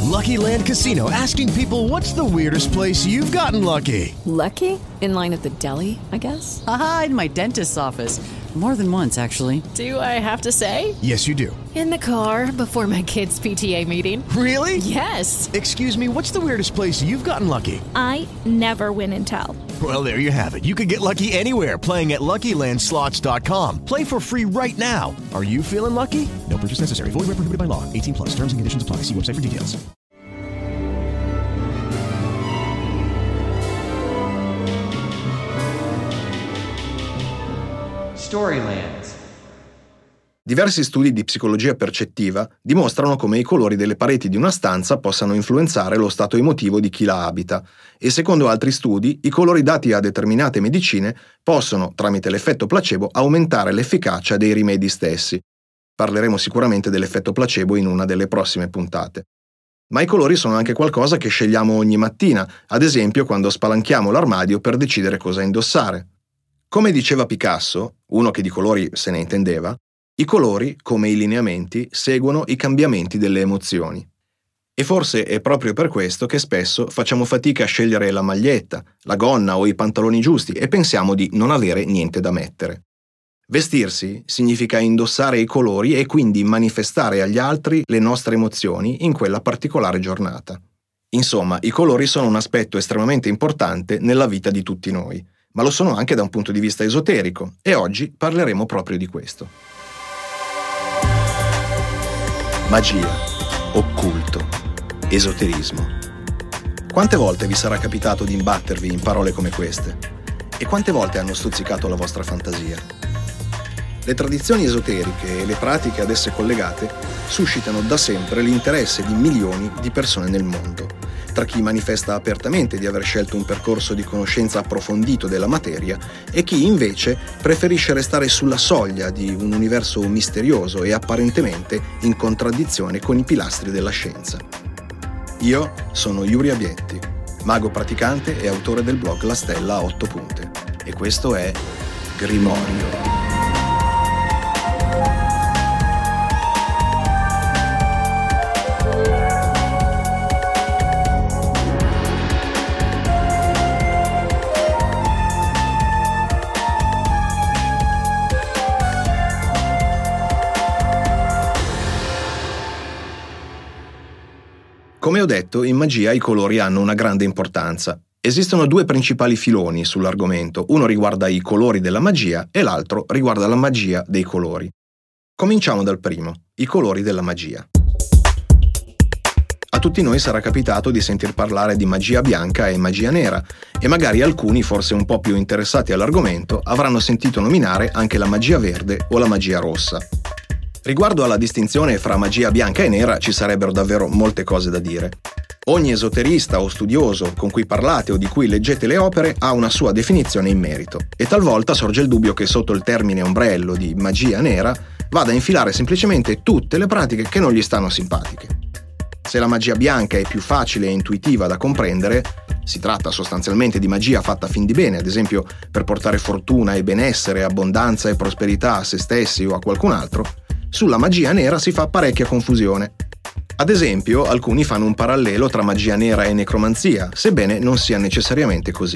Lucky Land Casino, asking people, what's the weirdest place you've gotten lucky? Lucky? In line at the deli, I guess? Aha, in my dentist's office. More than once, actually. Do I have to say? Yes, you do. In the car before my kids' PTA meeting. Really? Yes. Excuse me, what's the weirdest place you've gotten lucky? I never win and tell. Well, there you have it. You can get lucky anywhere, playing at LuckyLandSlots.com. Play for free right now. Are you feeling lucky? No purchase necessary. Void where prohibited by law. 18 plus. Terms and conditions apply. See website for details. Storylands. Diversi studi di psicologia percettiva dimostrano come i colori delle pareti di una stanza possano influenzare lo stato emotivo di chi la abita e secondo altri studi i colori dati a determinate medicine possono, tramite l'effetto placebo, aumentare l'efficacia dei rimedi stessi. Parleremo sicuramente dell'effetto placebo in una delle prossime puntate. Ma i colori sono anche qualcosa che scegliamo ogni mattina, ad esempio quando spalanchiamo l'armadio per decidere cosa indossare. Come diceva Picasso, uno che di colori se ne intendeva, i colori, come i lineamenti, seguono i cambiamenti delle emozioni. E forse è proprio per questo che spesso facciamo fatica a scegliere la maglietta, la gonna o i pantaloni giusti e pensiamo di non avere niente da mettere. Vestirsi significa indossare i colori e quindi manifestare agli altri le nostre emozioni in quella particolare giornata. Insomma, i colori sono un aspetto estremamente importante nella vita di tutti noi, ma lo sono anche da un punto di vista esoterico, e oggi parleremo proprio di questo. Magia, occulto, esoterismo. Quante volte vi sarà capitato di imbattervi in parole come queste? E quante volte hanno stuzzicato la vostra fantasia? Le tradizioni esoteriche e le pratiche ad esse collegate suscitano da sempre l'interesse di milioni di persone nel mondo, tra chi manifesta apertamente di aver scelto un percorso di conoscenza approfondito della materia e chi invece preferisce restare sulla soglia di un universo misterioso e apparentemente in contraddizione con i pilastri della scienza. Io sono Yuri Abietti, mago praticante e autore del blog La Stella a 8 punte, e questo è Grimorio. Come ho detto, in magia i colori hanno una grande importanza. Esistono due principali filoni sull'argomento, uno riguarda i colori della magia e l'altro riguarda la magia dei colori. Cominciamo dal primo, i colori della magia. A tutti noi sarà capitato di sentir parlare di magia bianca e magia nera, e magari alcuni, forse un po' più interessati all'argomento, avranno sentito nominare anche la magia verde o la magia rossa. Riguardo alla distinzione fra magia bianca e nera ci sarebbero davvero molte cose da dire. Ogni esoterista o studioso con cui parlate o di cui leggete le opere ha una sua definizione in merito, e talvolta sorge il dubbio che sotto il termine ombrello di magia nera vada a infilare semplicemente tutte le pratiche che non gli stanno simpatiche. Se la magia bianca è più facile e intuitiva da comprendere, si tratta sostanzialmente di magia fatta fin di bene, ad esempio per portare fortuna e benessere, abbondanza e prosperità a se stessi o a qualcun altro, sulla magia nera si fa parecchia confusione. Ad esempio, alcuni fanno un parallelo tra magia nera e necromanzia, sebbene non sia necessariamente così.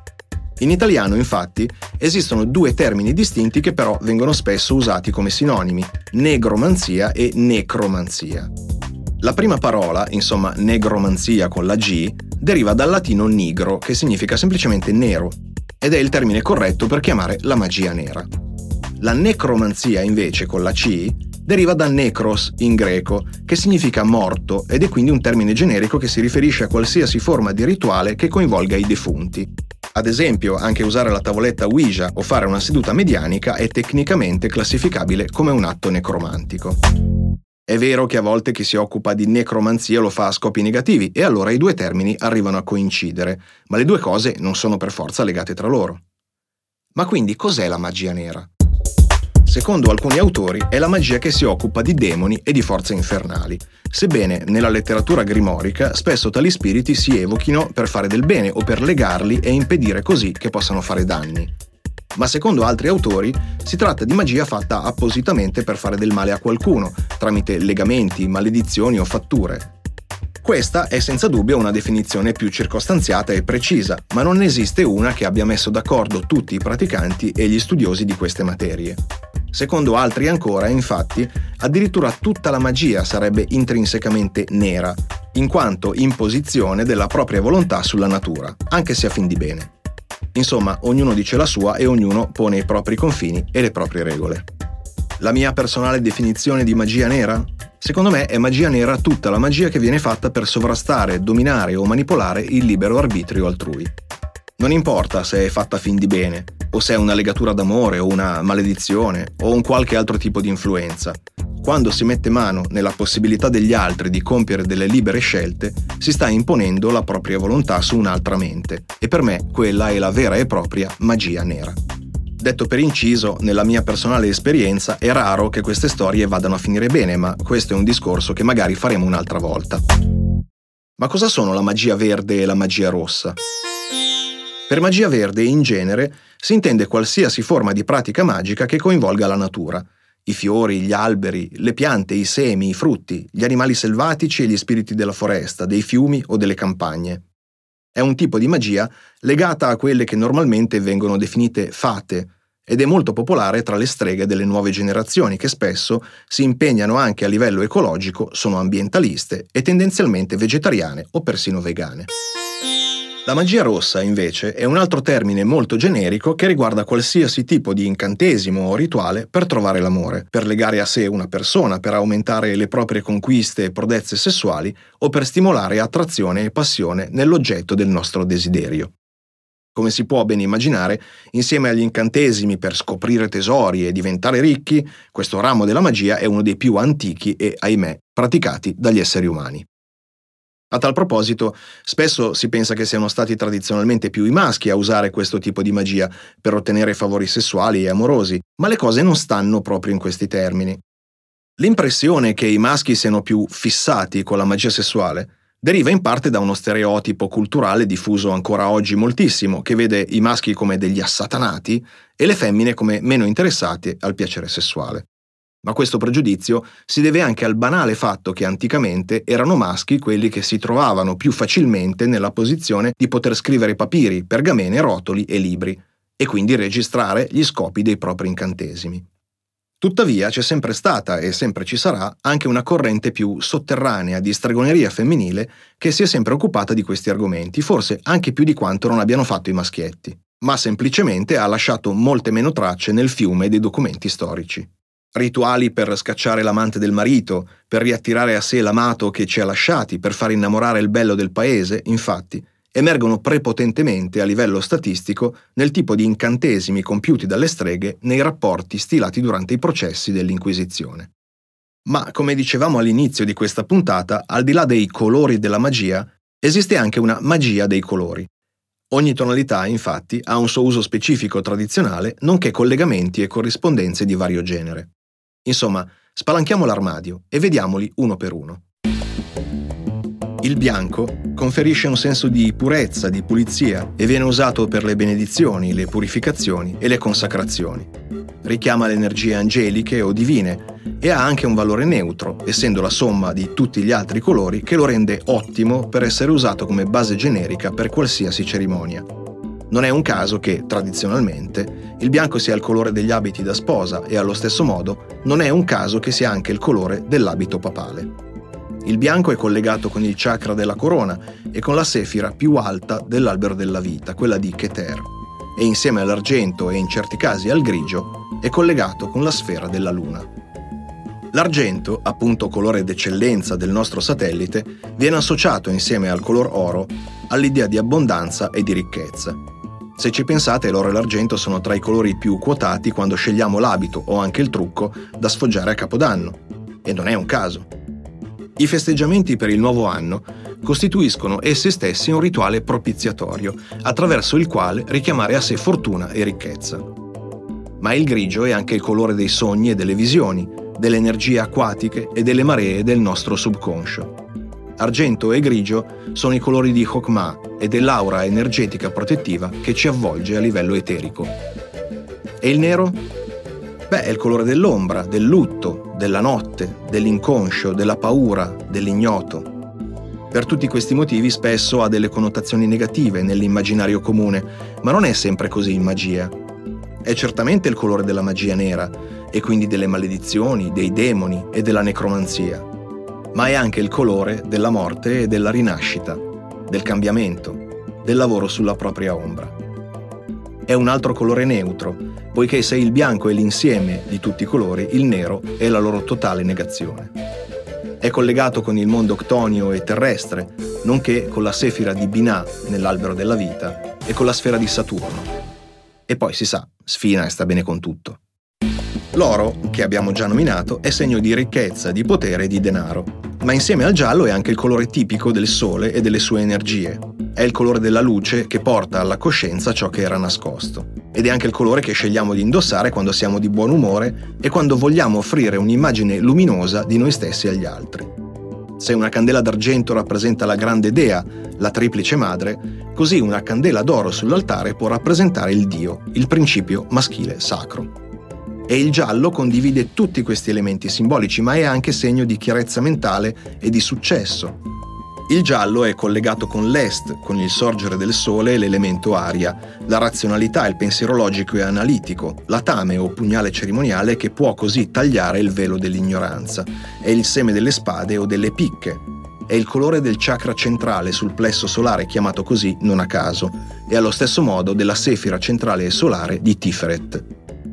In italiano, infatti, esistono due termini distinti che però vengono spesso usati come sinonimi: negromanzia e necromanzia. La prima parola, insomma negromanzia con la G, deriva dal latino nigro, che significa semplicemente nero, ed è il termine corretto per chiamare la magia nera. La necromanzia, invece, con la C, deriva da necros in greco, che significa morto, ed è quindi un termine generico che si riferisce a qualsiasi forma di rituale che coinvolga i defunti. Ad esempio, anche usare la tavoletta Ouija o fare una seduta medianica è tecnicamente classificabile come un atto necromantico. È vero che a volte chi si occupa di necromanzia lo fa a scopi negativi, e allora i due termini arrivano a coincidere, ma le due cose non sono per forza legate tra loro. Ma quindi cos'è la magia nera? Secondo alcuni autori è la magia che si occupa di demoni e di forze infernali, sebbene nella letteratura grimorica spesso tali spiriti si evochino per fare del bene o per legarli e impedire così che possano fare danni. Ma secondo altri autori si tratta di magia fatta appositamente per fare del male a qualcuno, tramite legamenti, maledizioni o fatture. Questa è senza dubbio una definizione più circostanziata e precisa, ma non esiste una che abbia messo d'accordo tutti i praticanti e gli studiosi di queste materie. Secondo altri ancora, infatti, addirittura tutta la magia sarebbe intrinsecamente nera, in quanto imposizione della propria volontà sulla natura, anche se a fin di bene. Insomma, ognuno dice la sua e ognuno pone i propri confini e le proprie regole. La mia personale definizione di magia nera? Secondo me è magia nera tutta la magia che viene fatta per sovrastare, dominare o manipolare il libero arbitrio altrui. Non importa se è fatta a fin di bene, o se è una legatura d'amore o una maledizione o un qualche altro tipo di influenza. Quando si mette mano nella possibilità degli altri di compiere delle libere scelte, si sta imponendo la propria volontà su un'altra mente, e per me quella è la vera e propria magia nera. Detto per inciso, nella mia personale esperienza è raro che queste storie vadano a finire bene, ma questo è un discorso che magari faremo un'altra volta. Ma cosa sono la magia verde e la magia rossa? Per magia verde, in genere, si intende qualsiasi forma di pratica magica che coinvolga la natura. I fiori, gli alberi, le piante, i semi, i frutti, gli animali selvatici e gli spiriti della foresta, dei fiumi o delle campagne. È un tipo di magia legata a quelle che normalmente vengono definite fate ed è molto popolare tra le streghe delle nuove generazioni che spesso si impegnano anche a livello ecologico, sono ambientaliste e tendenzialmente vegetariane o persino vegane. La magia rossa, invece, è un altro termine molto generico che riguarda qualsiasi tipo di incantesimo o rituale per trovare l'amore, per legare a sé una persona, per aumentare le proprie conquiste e prodezze sessuali o per stimolare attrazione e passione nell'oggetto del nostro desiderio. Come si può ben immaginare, insieme agli incantesimi per scoprire tesori e diventare ricchi, questo ramo della magia è uno dei più antichi e, ahimè, praticati dagli esseri umani. A tal proposito, spesso si pensa che siano stati tradizionalmente più i maschi a usare questo tipo di magia per ottenere favori sessuali e amorosi, ma le cose non stanno proprio in questi termini. L'impressione che i maschi siano più fissati con la magia sessuale deriva in parte da uno stereotipo culturale diffuso ancora oggi moltissimo, che vede i maschi come degli assatanati e le femmine come meno interessate al piacere sessuale. Ma questo pregiudizio si deve anche al banale fatto che anticamente erano maschi quelli che si trovavano più facilmente nella posizione di poter scrivere papiri, pergamene, rotoli e libri, e quindi registrare gli scopi dei propri incantesimi. Tuttavia c'è sempre stata e sempre ci sarà anche una corrente più sotterranea di stregoneria femminile che si è sempre occupata di questi argomenti, forse anche più di quanto non abbiano fatto i maschietti, ma semplicemente ha lasciato molte meno tracce nel fiume dei documenti storici. Rituali per scacciare l'amante del marito, per riattirare a sé l'amato che ci ha lasciati, per far innamorare il bello del paese, infatti, emergono prepotentemente a livello statistico nel tipo di incantesimi compiuti dalle streghe nei rapporti stilati durante i processi dell'Inquisizione. Ma, come dicevamo all'inizio di questa puntata, al di là dei colori della magia, esiste anche una magia dei colori. Ogni tonalità, infatti, ha un suo uso specifico tradizionale, nonché collegamenti e corrispondenze di vario genere. Insomma, spalanchiamo l'armadio e vediamoli uno per uno. Il bianco conferisce un senso di purezza, di pulizia e viene usato per le benedizioni, le purificazioni e le consacrazioni. Richiama le energie angeliche o divine e ha anche un valore neutro, essendo la somma di tutti gli altri colori che lo rende ottimo per essere usato come base generica per qualsiasi cerimonia. Non è un caso che, tradizionalmente, il bianco sia il colore degli abiti da sposa e, allo stesso modo, non è un caso che sia anche il colore dell'abito papale. Il bianco è collegato con il chakra della corona e con la sefira più alta dell'albero della vita, quella di Keter, e insieme all'argento e in certi casi al grigio è collegato con la sfera della luna. L'argento, appunto colore d'eccellenza del nostro satellite, viene associato insieme al color oro all'idea di abbondanza e di ricchezza. Se ci pensate, l'oro e l'argento sono tra i colori più quotati quando scegliamo l'abito o anche il trucco da sfoggiare a Capodanno. E non è un caso. I festeggiamenti per il nuovo anno costituiscono essi stessi un rituale propiziatorio, attraverso il quale richiamare a sé fortuna e ricchezza. Ma il grigio è anche il colore dei sogni e delle visioni, delle energie acquatiche e delle maree del nostro subconscio. Argento e grigio sono i colori di Chokmah e dell'aura energetica protettiva che ci avvolge a livello eterico. E il nero? Beh, è il colore dell'ombra, del lutto, della notte, dell'inconscio, della paura, dell'ignoto. Per tutti questi motivi spesso ha delle connotazioni negative nell'immaginario comune, ma non è sempre così in magia. È certamente il colore della magia nera, e quindi delle maledizioni, dei demoni e della necromanzia, ma è anche il colore della morte e della rinascita, del cambiamento, del lavoro sulla propria ombra. È un altro colore neutro, poiché se il bianco è l'insieme di tutti i colori, il nero è la loro totale negazione. È collegato con il mondo ctonio e terrestre, nonché con la sefira di Binah nell'albero della vita e con la sfera di Saturno. E poi si sa, sfina e sta bene con tutto. L'oro, che abbiamo già nominato, è segno di ricchezza, di potere e di denaro, ma insieme al giallo è anche il colore tipico del sole e delle sue energie. È il colore della luce che porta alla coscienza ciò che era nascosto. Ed è anche il colore che scegliamo di indossare quando siamo di buon umore e quando vogliamo offrire un'immagine luminosa di noi stessi agli altri. Se una candela d'argento rappresenta la grande dea, la triplice madre, così una candela d'oro sull'altare può rappresentare il Dio, il principio maschile sacro. E il giallo condivide tutti questi elementi simbolici, ma è anche segno di chiarezza mentale e di successo. Il giallo è collegato con l'est, con il sorgere del sole e l'elemento aria, la razionalità, il pensiero logico e analitico, l'atame o pugnale cerimoniale che può così tagliare il velo dell'ignoranza. È il seme delle spade o delle picche. È il colore del chakra centrale sul plesso solare, chiamato così non a caso, e allo stesso modo della sefira centrale e solare di Tiferet.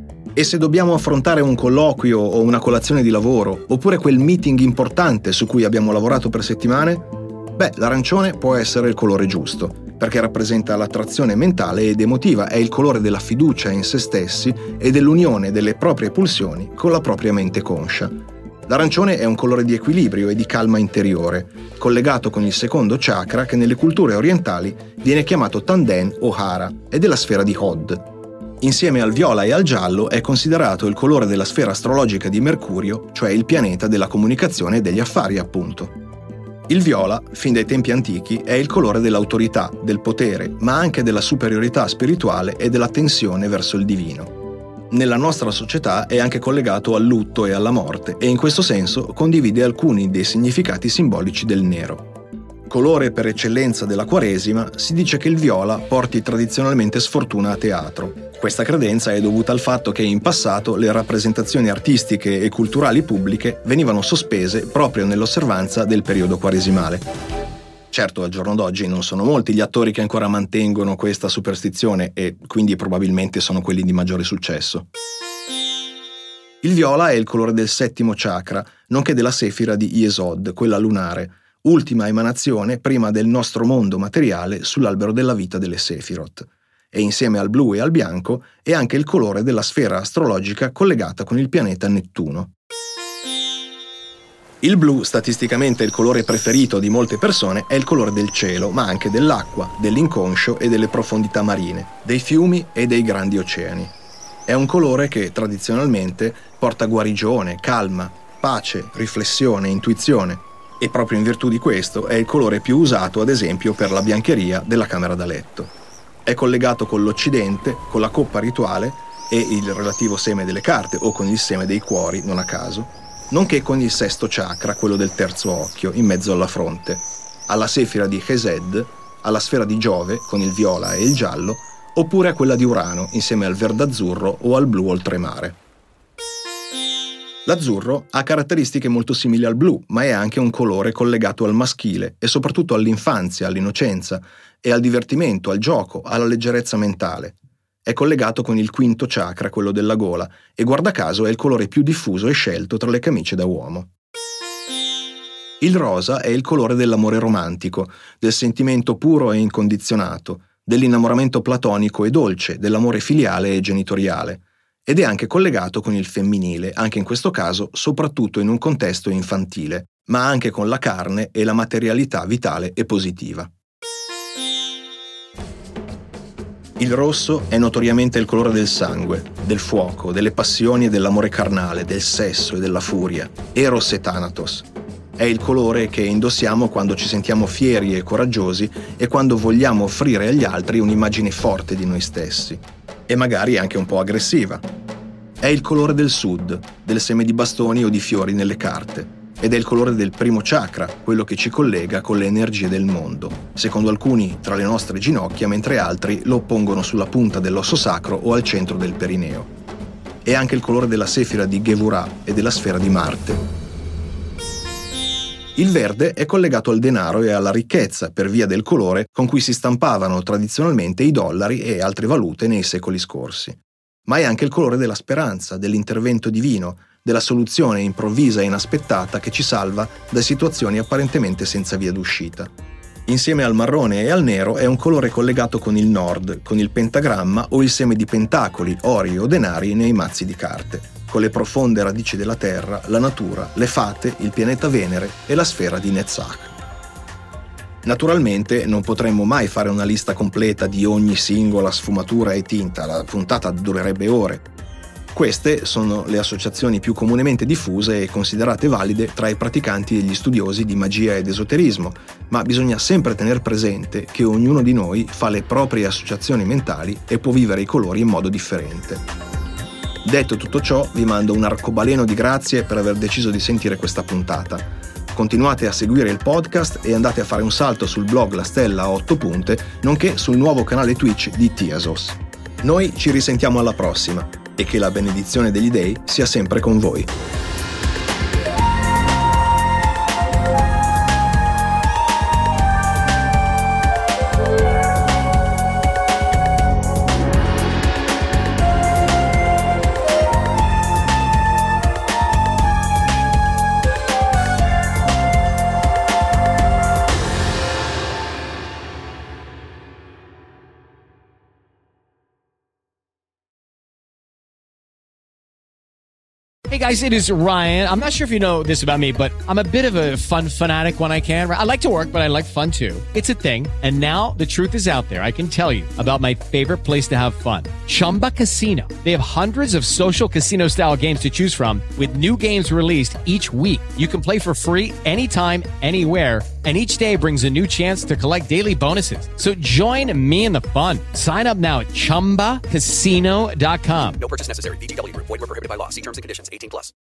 E se dobbiamo affrontare un colloquio o una colazione di lavoro, oppure quel meeting importante su cui abbiamo lavorato per settimane? Beh, l'arancione può essere il colore giusto, perché rappresenta l'attrazione mentale ed emotiva, è il colore della fiducia in se stessi e dell'unione delle proprie pulsioni con la propria mente conscia. L'arancione è un colore di equilibrio e di calma interiore, collegato con il secondo chakra che nelle culture orientali viene chiamato Tanden o Hara, ed è la sfera di Hod. Insieme al viola e al giallo è considerato il colore della sfera astrologica di Mercurio, cioè il pianeta della comunicazione e degli affari, appunto. Il viola, fin dai tempi antichi, è il colore dell'autorità, del potere, ma anche della superiorità spirituale e della tensione verso il divino. Nella nostra società è anche collegato al lutto e alla morte e in questo senso condivide alcuni dei significati simbolici del nero. Colore per eccellenza della Quaresima, si dice che il viola porti tradizionalmente sfortuna a teatro. Questa credenza è dovuta al fatto che in passato le rappresentazioni artistiche e culturali pubbliche venivano sospese proprio nell'osservanza del periodo quaresimale. Certo, al giorno d'oggi non sono molti gli attori che ancora mantengono questa superstizione e quindi probabilmente sono quelli di maggiore successo. Il viola è il colore del settimo chakra, nonché della sefira di Yesod, quella lunare, ultima emanazione prima del nostro mondo materiale sull'albero della vita delle Sefirot. E insieme al blu e al bianco è anche il colore della sfera astrologica collegata con il pianeta Nettuno. Il blu, statisticamente il colore preferito di molte persone, è il colore del cielo, ma anche dell'acqua, dell'inconscio e delle profondità marine, dei fiumi e dei grandi oceani. È un colore che tradizionalmente porta guarigione, calma, pace, riflessione, intuizione. E proprio in virtù di questo è il colore più usato, ad esempio, per la biancheria della camera da letto. È collegato con l'Occidente, con la coppa rituale e il relativo seme delle carte, o con il seme dei cuori, non a caso, nonché con il sesto chakra, quello del terzo occhio, in mezzo alla fronte, alla sefira di Chesed, alla sfera di Giove, con il viola e il giallo, oppure a quella di Urano, insieme al verde-azzurro o al blu oltremare. L'azzurro ha caratteristiche molto simili al blu, ma è anche un colore collegato al maschile e soprattutto all'infanzia, all'innocenza e al divertimento, al gioco, alla leggerezza mentale. È collegato con il quinto chakra, quello della gola, e guarda caso è il colore più diffuso e scelto tra le camicie da uomo. Il rosa è il colore dell'amore romantico, del sentimento puro e incondizionato, dell'innamoramento platonico e dolce, dell'amore filiale e genitoriale. Ed è anche collegato con il femminile, anche in questo caso soprattutto in un contesto infantile, ma anche con la carne e la materialità vitale e positiva. Il rosso è notoriamente il colore del sangue, del fuoco, delle passioni e dell'amore carnale, del sesso e della furia, Eros e Thanatos. È il colore che indossiamo quando ci sentiamo fieri e coraggiosi e quando vogliamo offrire agli altri un'immagine forte di noi stessi. E magari anche un po' aggressiva. È il colore del sud, del seme di bastoni o di fiori nelle carte. ed è il colore del primo chakra, quello che ci collega con le energie del mondo. Secondo alcuni tra le nostre ginocchia, mentre altri lo oppongono sulla punta dell'osso sacro o al centro del perineo. È anche il colore della sefira di Gevurah e della sfera di Marte. Il verde è collegato al denaro e alla ricchezza per via del colore con cui si stampavano tradizionalmente i dollari e altre valute nei secoli scorsi. Ma è anche il colore della speranza, dell'intervento divino, della soluzione improvvisa e inaspettata che ci salva da situazioni apparentemente senza via d'uscita. Insieme al marrone e al nero è un colore collegato con il nord, con il pentagramma o il seme di pentacoli, ori o denari nei mazzi di carte, con le profonde radici della terra, la natura, le fate, il pianeta Venere e la sfera di Netzach. Naturalmente non potremmo mai fare una lista completa di ogni singola sfumatura e tinta, la puntata durerebbe ore. Queste sono le associazioni più comunemente diffuse e considerate valide tra i praticanti e gli studiosi di magia ed esoterismo, ma bisogna sempre tener presente che ognuno di noi fa le proprie associazioni mentali e può vivere i colori in modo differente. Detto tutto ciò, vi mando un arcobaleno di grazie per aver deciso di sentire questa puntata. Continuate a seguire il podcast e andate a fare un salto sul blog La Stella a 8 punte, nonché sul nuovo canale Twitch di Tiasos. Noi ci risentiamo alla prossima e che la benedizione degli dei sia sempre con voi. Hey guys, it is Ryan. I'm not sure if you know this about me, but I'm a bit of a fun fanatic when I can. I like to work, but I like fun too. It's a thing. And now the truth is out there. I can tell you about my favorite place to have fun. Chumba Casino. They have hundreds of social casino style games to choose from with new games released each week. You can play for free anytime, anywhere. And each day brings a new chance to collect daily bonuses. So join me in the fun. Sign up now at ChumbaCasino.com. No purchase necessary. VGW Group. Void where prohibited by law. See terms and conditions. 18+.